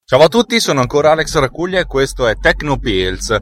Ciao a tutti, sono ancora Alex Racuglia e questo è Tecnopills.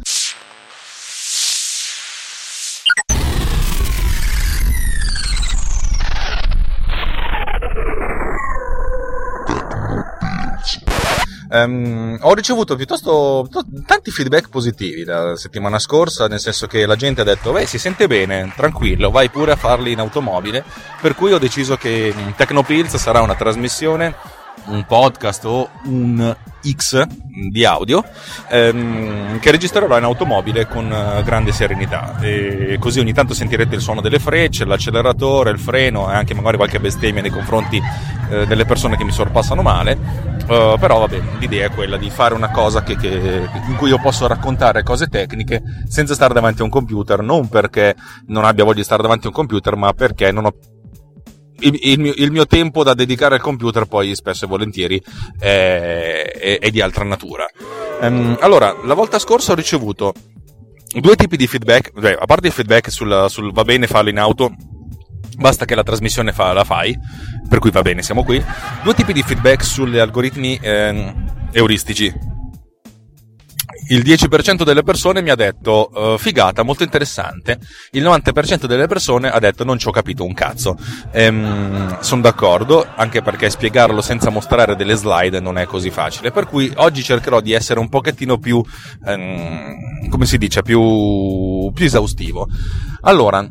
Ho ricevuto piuttosto tanti feedback positivi la settimana scorsa, nel senso che la gente ha detto si sente bene, tranquillo, vai pure a farli in automobile, per cui ho deciso che Tecnopills sarà una trasmissione, un podcast o un X di audio che registrerò in automobile con grande serenità, e così ogni tanto sentirete il suono delle frecce, l'acceleratore, il freno e anche magari qualche bestemmia nei confronti delle persone che mi sorpassano male, però vabbè, l'idea è quella di fare una cosa in cui io posso raccontare cose tecniche senza stare davanti a un computer, non perché non abbia voglia di stare davanti a un computer, ma perché non ho il mio tempo da dedicare al computer poi spesso e volentieri è di altra natura. Allora, la volta scorsa ho ricevuto due tipi di feedback, a parte il feedback sul va bene farlo in auto, basta che la trasmissione la fai, per cui va bene, siamo qui. Due tipi di feedback sugli algoritmi euristici. Il 10% delle persone mi ha detto figata, molto interessante. Il 90% delle persone ha detto non ci ho capito un cazzo. Sono d'accordo, anche perché spiegarlo senza mostrare delle slide non è così facile, per cui oggi cercherò di essere un pochettino più come si dice, più esaustivo. Allora,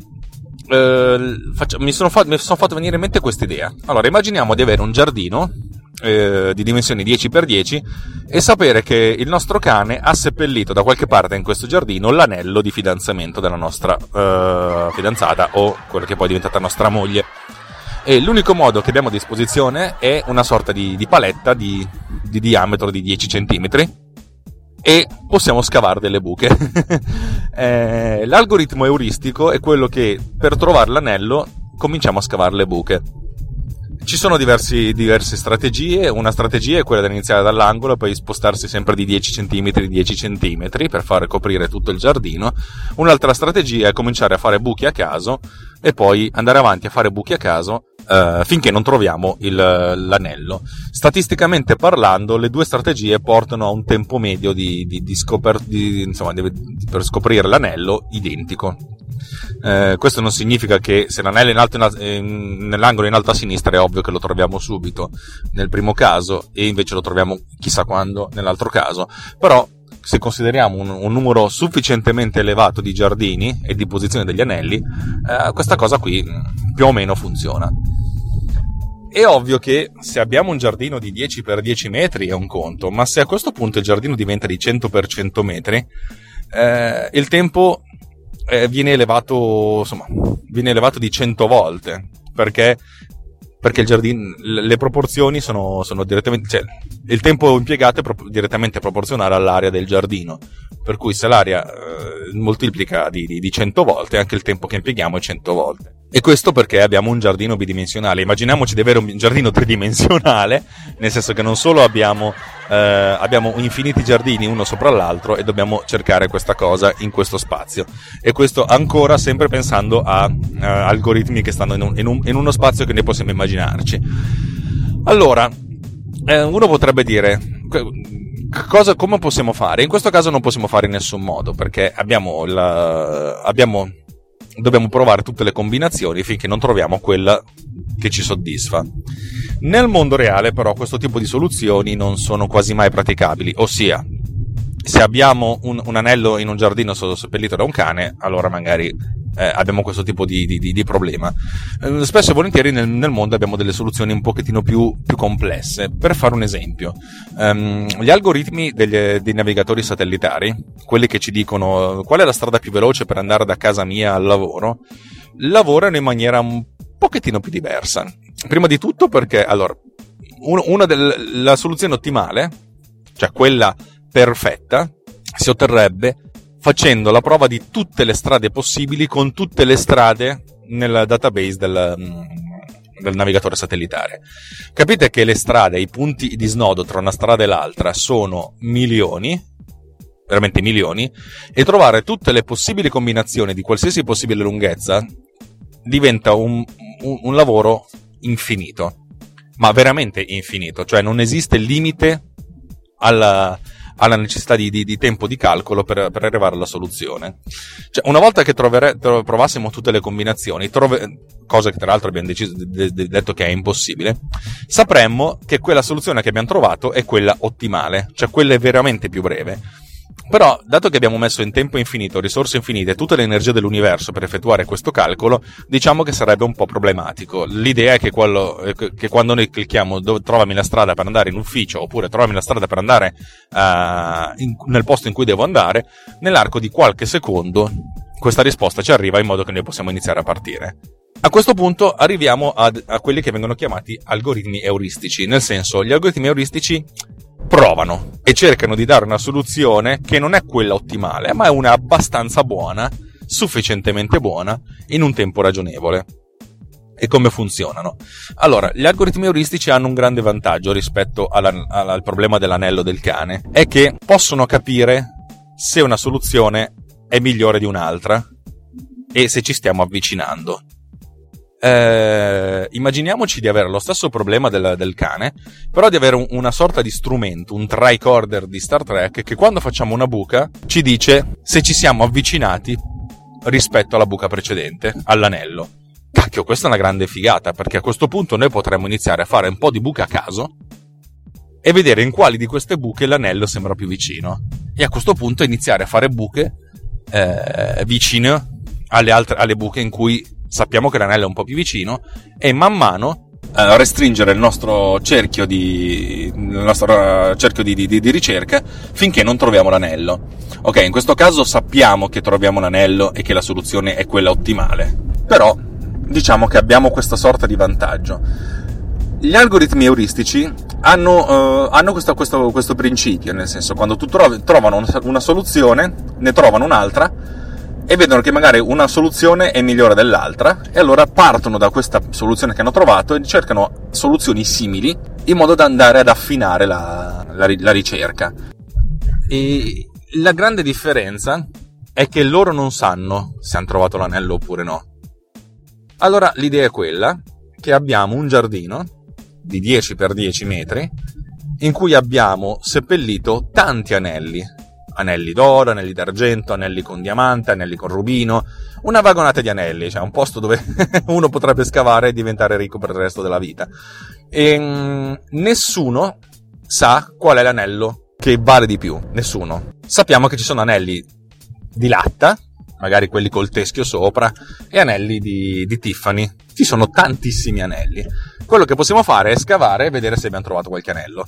mi sono fatto venire in mente questa idea. Allora, immaginiamo di avere un giardino di dimensioni 10x10 e sapere che il nostro cane ha seppellito da qualche parte in questo giardino l'anello di fidanzamento della nostra fidanzata, o quella che poi è diventata nostra moglie, e l'unico modo che abbiamo a disposizione è una sorta di paletta di diametro di 10 cm e possiamo scavare delle buche. L'algoritmo euristico è quello che per trovare l'anello cominciamo a scavare le buche. Ci sono diverse strategie. Una strategia è quella di iniziare dall'angolo e poi spostarsi sempre di 10 cm per fare coprire tutto il giardino. Un'altra strategia è cominciare a fare buchi a caso e poi andare avanti a fare buchi a caso finché non troviamo l'anello. Statisticamente parlando, le due strategie portano a un tempo medio per scoprire l'anello identico. Questo non significa che se l'anello è in alto nell'angolo in alto a sinistra è ovvio che lo troviamo subito nel primo caso e invece lo troviamo chissà quando nell'altro caso, però se consideriamo un numero sufficientemente elevato di giardini e di posizione degli anelli, questa cosa qui più o meno funziona. È ovvio che se abbiamo un giardino di 10x10 metri è un conto, ma se a questo punto il giardino diventa di 100x100 metri, il tempo viene elevato di 100 volte, perché il giardino, le proporzioni sono direttamente, cioè il tempo impiegato è direttamente proporzionale all'area del giardino, per cui se l'area moltiplica di 100 volte, anche il tempo che impieghiamo è 100 volte. E questo perché abbiamo un giardino bidimensionale. Immaginiamoci di avere un giardino tridimensionale, nel senso che non solo abbiamo infiniti giardini uno sopra l'altro e dobbiamo cercare questa cosa in questo spazio, e questo ancora sempre pensando a algoritmi che stanno in uno spazio che ne possiamo immaginarci. Allora, uno potrebbe dire come possiamo fare? In questo caso non possiamo fare in nessun modo, perché dobbiamo provare tutte le combinazioni finché non troviamo quella che ci soddisfa. Nel mondo reale però questo tipo di soluzioni non sono quasi mai praticabili, ossia se abbiamo un anello in un giardino seppellito da un cane, allora magari abbiamo questo tipo di problema. Spesso e volentieri nel mondo abbiamo delle soluzioni un pochettino più complesse. Per fare un esempio, gli algoritmi dei navigatori satellitari, quelli che ci dicono qual è la strada più veloce per andare da casa mia al lavoro, lavorano in maniera un pochettino più diversa. Prima di tutto perché, allora, la soluzione ottimale, cioè quella perfetta, si otterrebbe facendo la prova di tutte le strade possibili con tutte le strade nel database del navigatore satellitare. Capite che le strade, i punti di snodo tra una strada e l'altra sono milioni, veramente milioni, e trovare tutte le possibili combinazioni di qualsiasi possibile lunghezza diventa un lavoro infinito, ma veramente infinito, cioè non esiste limite alla necessità di tempo di calcolo per arrivare alla soluzione. Cioè, una volta che provassimo tutte le combinazioni, cosa che tra l'altro abbiamo detto che è impossibile, sapremmo che quella soluzione che abbiamo trovato è quella ottimale, cioè quella è veramente più breve. Però, dato che abbiamo messo in tempo infinito, risorse infinite e tutte le energie dell'universo per effettuare questo calcolo, diciamo che sarebbe un po' problematico. L'idea è che quando noi clicchiamo trovami la strada per andare in ufficio, oppure trovami la strada per andare nel posto in cui devo andare, nell'arco di qualche secondo questa risposta ci arriva in modo che noi possiamo iniziare a partire. A questo punto arriviamo a quelli che vengono chiamati algoritmi euristici, nel senso, gli algoritmi euristici provano e cercano di dare una soluzione che non è quella ottimale, ma è una abbastanza buona, sufficientemente buona, in un tempo ragionevole. E come funzionano? Allora, gli algoritmi euristici hanno un grande vantaggio rispetto al problema dell'anello del cane, è che possono capire se una soluzione è migliore di un'altra e se ci stiamo avvicinando. Immaginiamoci di avere lo stesso problema del cane, però di avere una sorta di strumento, un tricorder di Star Trek, che quando facciamo una buca ci dice se ci siamo avvicinati rispetto alla buca precedente, all'anello. Cacchio, questa è una grande figata, perché a questo punto noi potremmo iniziare a fare un po' di buche a caso e vedere in quali di queste buche l'anello sembra più vicino, e a questo punto iniziare a fare buche vicine alle buche in cui sappiamo che l'anello è un po' più vicino, e man mano restringere il nostro cerchio di ricerca finché non troviamo l'anello. Ok, in questo caso sappiamo che troviamo l'anello e che la soluzione è quella ottimale, però diciamo che abbiamo questa sorta di vantaggio. Gli algoritmi euristici hanno questo principio, nel senso, quando trovano una soluzione, ne trovano un'altra e vedono che magari una soluzione è migliore dell'altra, e allora partono da questa soluzione che hanno trovato e cercano soluzioni simili in modo da andare ad affinare la ricerca. E la grande differenza è che loro non sanno se hanno trovato l'anello oppure no. Allora l'idea è quella che abbiamo un giardino di 10x10 metri in cui abbiamo seppellito tanti anelli d'oro, anelli d'argento, anelli con diamante, anelli con rubino, una vagonata di anelli, cioè un posto dove uno potrebbe scavare e diventare ricco per il resto della vita. E nessuno sa qual è l'anello che vale di più, nessuno. Sappiamo che ci sono anelli di latta, magari quelli col teschio sopra, e anelli di Tiffany. Ci sono tantissimi anelli. Quello che possiamo fare è scavare e vedere se abbiamo trovato qualche anello.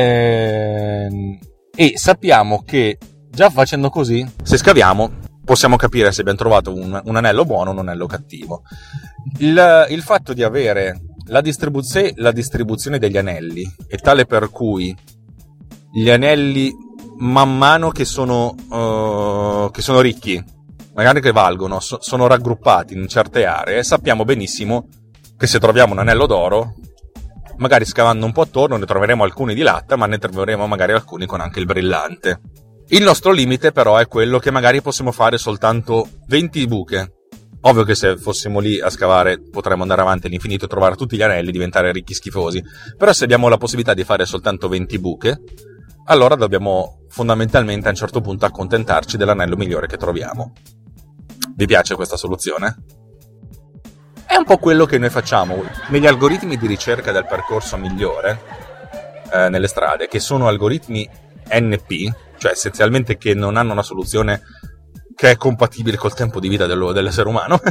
E sappiamo che già facendo così, se scaviamo, possiamo capire se abbiamo trovato un anello buono o un anello cattivo. Il fatto di avere la distribuzione degli anelli è tale per cui gli anelli, man mano che sono ricchi, magari che valgono, sono raggruppati in certe aree, sappiamo benissimo che se troviamo un anello d'oro, magari scavando un po' attorno ne troveremo alcuni di latta, ma ne troveremo magari alcuni con anche il brillante. Il nostro limite però è quello che magari possiamo fare soltanto 20 buche. Ovvio che se fossimo lì a scavare potremmo andare avanti all'infinito e trovare tutti gli anelli e diventare ricchi schifosi, però se abbiamo la possibilità di fare soltanto 20 buche, allora dobbiamo fondamentalmente a un certo punto accontentarci dell'anello migliore che troviamo. Vi piace questa soluzione? È un po' quello che noi facciamo negli algoritmi di ricerca del percorso migliore nelle strade, che sono algoritmi NP, cioè essenzialmente che non hanno una soluzione che è compatibile col tempo di vita dell'essere umano.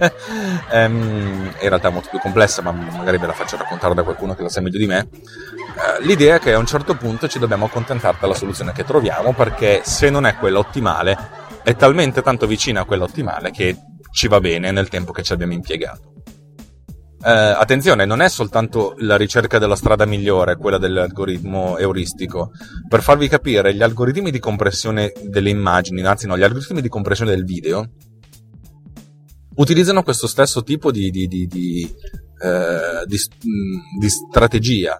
In realtà è molto più complessa, ma magari ve la faccio raccontare da qualcuno che la sa meglio di me. L'idea è che a un certo punto ci dobbiamo accontentare della soluzione che troviamo, perché se non è quella ottimale è talmente tanto vicina a quella ottimale che ci va bene nel tempo che ci abbiamo impiegato. Attenzione, non è soltanto la ricerca della strada migliore quella dell'algoritmo euristico. Per farvi capire, gli algoritmi di compressione delle immagini, anzi no, gli algoritmi di compressione del video utilizzano questo stesso tipo di strategia.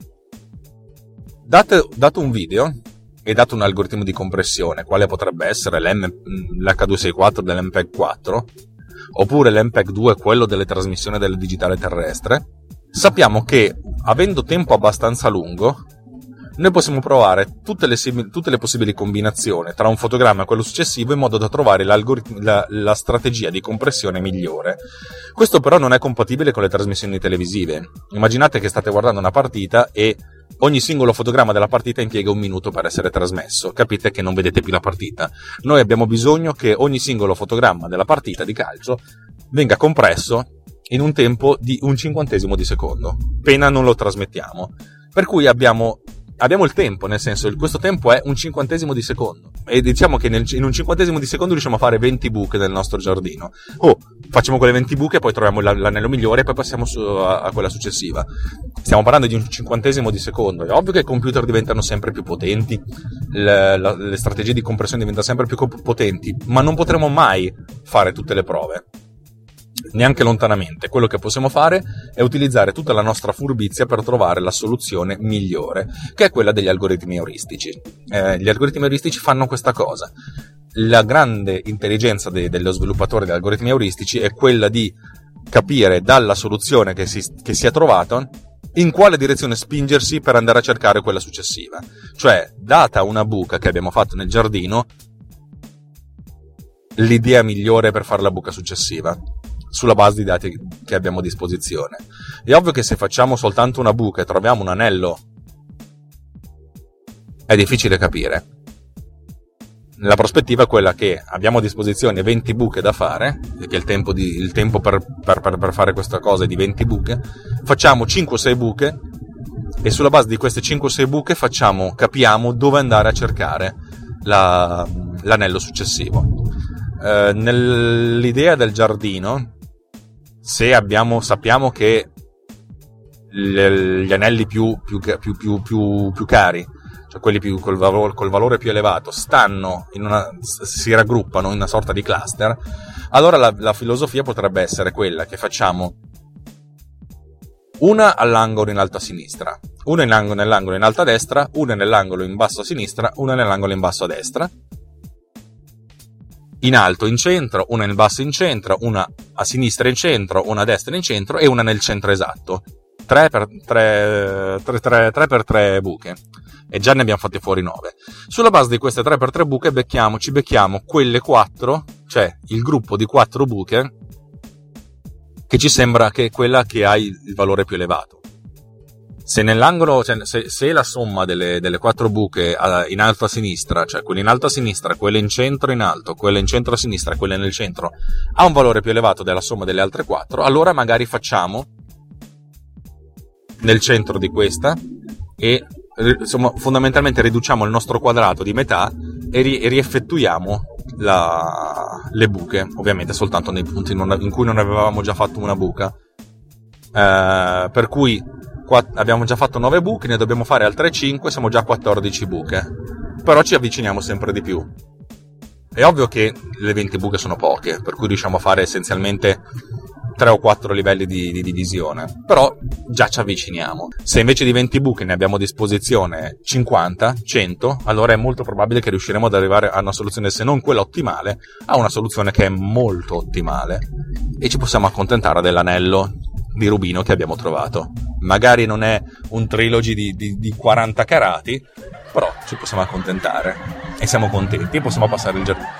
Dato un video e dato un algoritmo di compressione, quale potrebbe essere l'H264 dell'MPEG 4 oppure l'MPEG 2, quello delle trasmissioni del digitale terrestre, sappiamo che avendo tempo abbastanza lungo noi possiamo provare tutte le possibili combinazioni tra un fotogramma e quello successivo in modo da trovare la strategia di compressione migliore. Questo però non è compatibile con le trasmissioni televisive. Immaginate che state guardando una partita e ogni singolo fotogramma della partita impiega 1 minuto per essere trasmesso. Capite che non vedete più la partita. Noi abbiamo bisogno che ogni singolo fotogramma della partita di calcio venga compresso in un tempo di 1/50 di secondo, appena non lo trasmettiamo. Per cui abbiamo il tempo, nel senso, questo tempo è 1/50 di secondo, e diciamo che in 1/50 di secondo riusciamo a fare 20 buche nel nostro giardino. Facciamo quelle 20 buche, poi troviamo l'anello migliore e poi passiamo a quella successiva. Stiamo parlando di 1/50 di secondo. È ovvio che i computer diventano sempre più potenti, le strategie di compressione diventano sempre più potenti, ma non potremo mai fare tutte le prove, neanche lontanamente. Quello che possiamo fare è utilizzare tutta la nostra furbizia per trovare la soluzione migliore, che è quella degli algoritmi euristici. Gli algoritmi euristici fanno questa cosa. La grande intelligenza dello sviluppatore degli algoritmi euristici è quella di capire dalla soluzione che si è trovata in quale direzione spingersi per andare a cercare quella successiva. Cioè, data una buca che abbiamo fatto nel giardino, l'idea migliore per fare la buca successiva, sulla base dei dati che abbiamo a disposizione. È ovvio che se facciamo soltanto una buca e troviamo un anello, è difficile capire. La prospettiva è quella che abbiamo a disposizione 20 buche da fare, che il tempo per fare questa cosa è di 20 buche, facciamo 5-6 buche e sulla base di queste 5-6 buche capiamo dove andare a cercare l'anello successivo. Nell'idea del giardino, se sappiamo che gli anelli più cari, cioè quelli col valore più elevato, si raggruppano in una sorta di cluster, allora la filosofia potrebbe essere quella che facciamo una all'angolo in alto a sinistra, una nell'angolo in alto a destra, una nell'angolo in basso a sinistra, una nell'angolo in basso a destra, in alto in centro, una in basso in centro, una a sinistra in centro, una a destra in centro e una nel centro esatto. 3 per 3 buche. E già ne abbiamo fatte fuori 9. Sulla base di queste 3 per 3 buche ci becchiamo quelle 4, cioè il gruppo di 4 buche che ci sembra che è quella che ha il valore più elevato. Se nell'angolo, cioè se la somma delle 4 buche in alto a sinistra, cioè quelle in alto a sinistra, quelle in centro in alto, quelle in centro a sinistra e quelle nel centro, ha un valore più elevato della somma delle altre 4, allora magari facciamo nel centro di questa e insomma, fondamentalmente riduciamo il nostro quadrato di metà e rieffettuiamo le buche, ovviamente soltanto nei punti in cui non avevamo già fatto una buca, per cui abbiamo già fatto 9 buche, ne dobbiamo fare altre 5, siamo già a 14 buche, però ci avviciniamo sempre di più. È ovvio che le 20 buche sono poche, per cui riusciamo a fare essenzialmente 3 o 4 livelli di divisione, però già ci avviciniamo. Se invece di 20 buche ne abbiamo a disposizione 50, 100, allora è molto probabile che riusciremo ad arrivare a una soluzione, se non quella ottimale, a una soluzione che è molto ottimale, e ci possiamo accontentare dell'anello di rubino che abbiamo trovato. Magari non è un trilogy di 40 carati, però ci possiamo accontentare e siamo contenti e possiamo passare il giardino.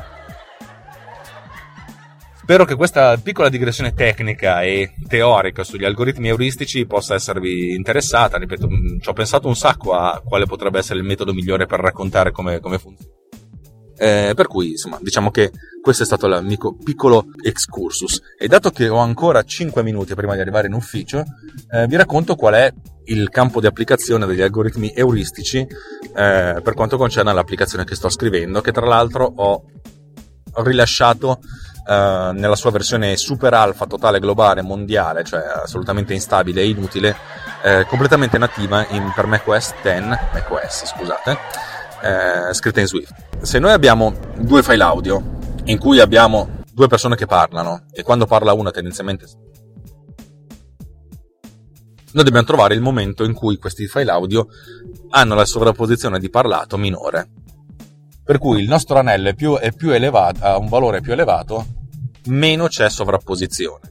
Spero che questa piccola digressione tecnica e teorica sugli algoritmi euristici possa esservi interessata. Ripeto, ci ho pensato un sacco a quale potrebbe essere il metodo migliore per raccontare come funziona. Per cui, insomma, diciamo che questo è stato il mio piccolo excursus. E dato che ho ancora 5 minuti prima di arrivare in ufficio, vi racconto qual è il campo di applicazione degli algoritmi euristici per quanto concerne l'applicazione che sto scrivendo, che tra l'altro ho rilasciato nella sua versione super alfa, totale, globale, mondiale, cioè assolutamente instabile e inutile, completamente nativa per macOS 10, scritta in Swift. Se noi abbiamo 2 file audio in cui abbiamo 2 persone che parlano e quando parla una tendenzialmente noi dobbiamo trovare il momento in cui questi file audio hanno la sovrapposizione di parlato minore, per cui il nostro anello è più elevato, ha un valore più elevato, meno c'è sovrapposizione.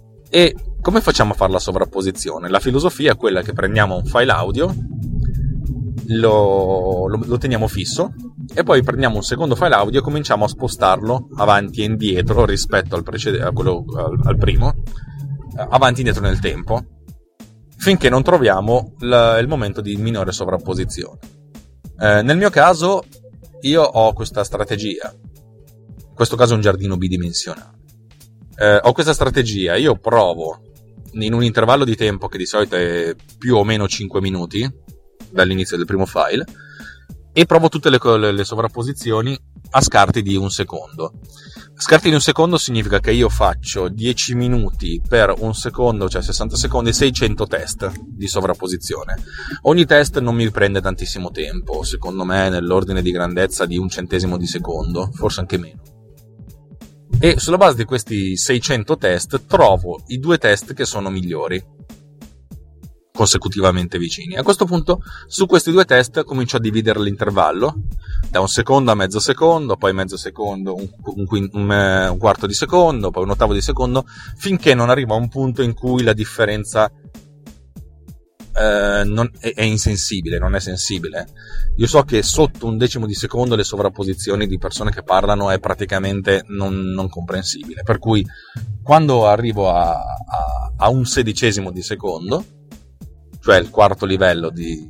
E come facciamo a fare la sovrapposizione? La filosofia è quella che prendiamo un file audio lo teniamo fisso e poi prendiamo un secondo file audio e cominciamo a spostarlo avanti e indietro rispetto al primo, avanti e indietro nel tempo, finché non troviamo il momento di minore sovrapposizione. Nel mio caso io ho questa strategia, in questo caso è un giardino bidimensionale. Ho questa strategia, io provo in un intervallo di tempo che di solito è più o meno 5 minuti dall'inizio del primo file, e provo tutte le sovrapposizioni a scarti di un secondo. Scarti di un secondo significa che io faccio 10 minuti per un secondo, cioè 60 secondi, 600 test di sovrapposizione. Ogni test non mi prende tantissimo tempo, secondo me nell'ordine di grandezza di 1/100 di secondo, forse anche meno. E sulla base di questi 600 test trovo i 2 test che sono migliori, consecutivamente vicini. A questo punto su questi 2 test comincio a dividere l'intervallo da 1 secondo a mezzo secondo, poi mezzo secondo, un quarto di secondo, poi un ottavo di secondo, finché non arrivo a un punto in cui la differenza è insensibile, non è sensibile. Io so che sotto 1/10 di secondo le sovrapposizioni di persone che parlano è praticamente non comprensibile, per cui quando arrivo a 1/16 di secondo, cioè il quarto livello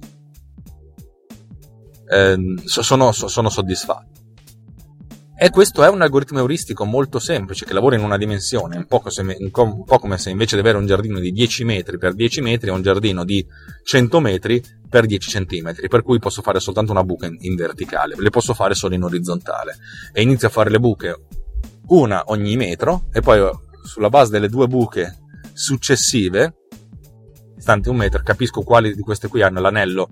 sono soddisfatto. E questo è un algoritmo euristico molto semplice che lavora in una dimensione, un po' come se invece di avere un giardino di 10 metri per 10 metri è un giardino di 100 metri per 10 centimetri, per cui posso fare soltanto una buca in verticale, le posso fare solo in orizzontale, e inizio a fare le buche una ogni metro, e poi sulla base delle 2 buche successive distanti 1 metro capisco quali di queste qui hanno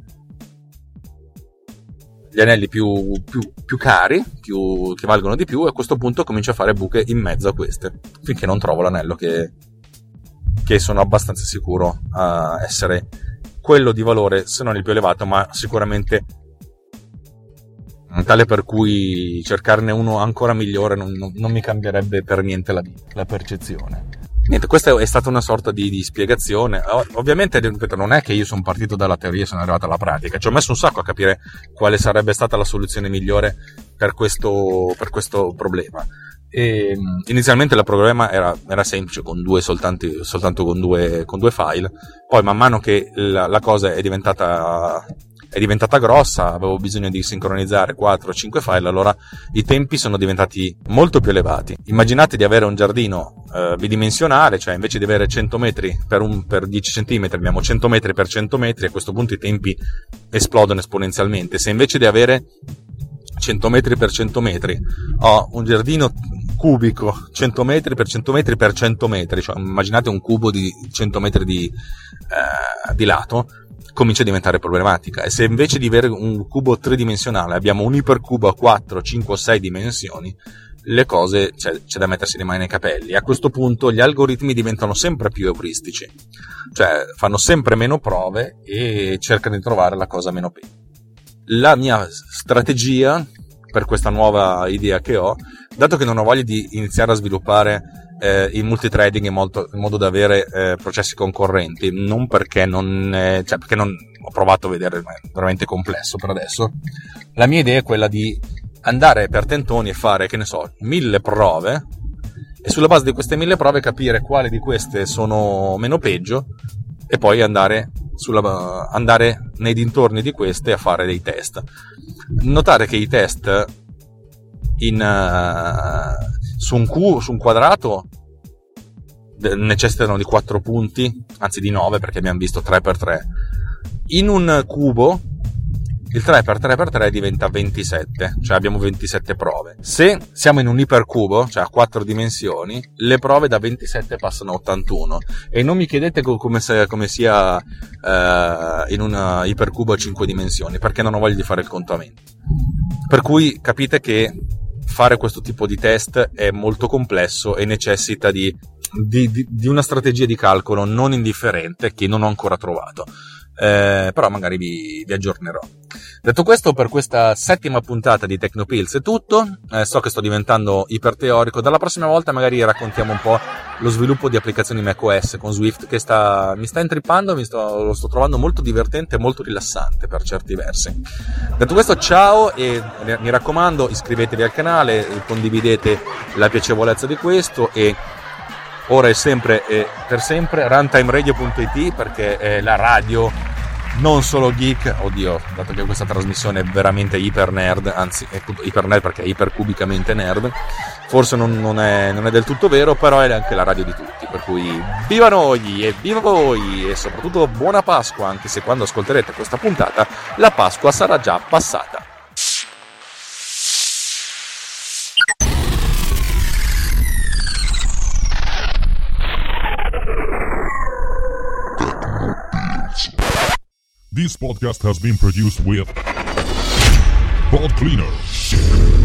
gli anelli più cari, che valgono di più, e a questo punto comincio a fare buche in mezzo a queste, finché non trovo l'anello che sono abbastanza sicuro a essere quello di valore, se non il più elevato, ma sicuramente tale per cui cercarne uno ancora migliore non mi cambierebbe per niente la percezione. Niente, questa è stata una sorta di spiegazione. Ovviamente, ripeto, non è che io sono partito dalla teoria e sono arrivato alla pratica, ci ho messo un sacco a capire quale sarebbe stata la soluzione migliore per questo problema. E inizialmente il problema era semplice, soltanto con due file. Poi man mano che la cosa è diventata grossa, avevo bisogno di sincronizzare 4-5 file, allora i tempi sono diventati molto più elevati. Immaginate di avere un giardino bidimensionale, cioè invece di avere 100 metri per 10 cm abbiamo 100 metri per 100 metri, a questo punto i tempi esplodono esponenzialmente. Se invece di avere 100 metri per 100 metri ho un giardino cubico 100 metri per 100 metri per 100 metri, cioè immaginate un cubo di 100 metri di lato, comincia a diventare problematica. E se invece di avere un cubo tridimensionale abbiamo un ipercubo a 4, 5 o 6 dimensioni, le cose c'è da mettersi le mani nei capelli. A questo punto gli algoritmi diventano sempre più euristici, cioè fanno sempre meno prove e cercano di trovare la cosa meno peggio. La mia strategia per questa nuova idea che ho, dato che non ho voglia di iniziare a sviluppare il multithreading in modo da avere processi concorrenti, non perché perché non ho provato a vedere, è veramente complesso per adesso. La mia idea è quella di andare per tentoni e fare, 1000 prove, e sulla base di queste 1000 prove capire quali di queste sono meno peggio, e poi andare nei dintorni di queste a fare dei test. Notare che i test su un quadrato necessitano di 4 punti, anzi di 9, perché abbiamo visto 3x3. In un cubo il 3x3x3 diventa 27, cioè abbiamo 27 prove. Se siamo in un ipercubo, cioè a 4 dimensioni, le prove da 27 passano a 81. E non mi chiedete come sia in un ipercubo a 5 dimensioni, perché non ho voglia di fare il contamento. Per cui capite che fare questo tipo di test è molto complesso e necessita di una strategia di calcolo non indifferente che non ho ancora trovato. però magari vi aggiornerò. Detto questo, per questa 7ª puntata di Tecnopills è tutto. So che sto diventando iperteorico. Dalla prossima volta magari raccontiamo un po' lo sviluppo di applicazioni macOS con Swift, che mi sta intrippando, lo sto trovando molto divertente e molto rilassante per certi versi. Detto questo, ciao, e mi raccomando, iscrivetevi al canale, condividete la piacevolezza di questo, e ora è sempre e per sempre runtimeradio.it, perché è la radio non solo geek, dato che questa trasmissione è veramente iper nerd, anzi è iper nerd perché è ipercubicamente nerd, forse non è del tutto vero, però è anche la radio di tutti, per cui viva noi e viva voi, e soprattutto buona Pasqua, anche se quando ascolterete questa puntata la Pasqua sarà già passata. This podcast has been produced with Pod Cleaner.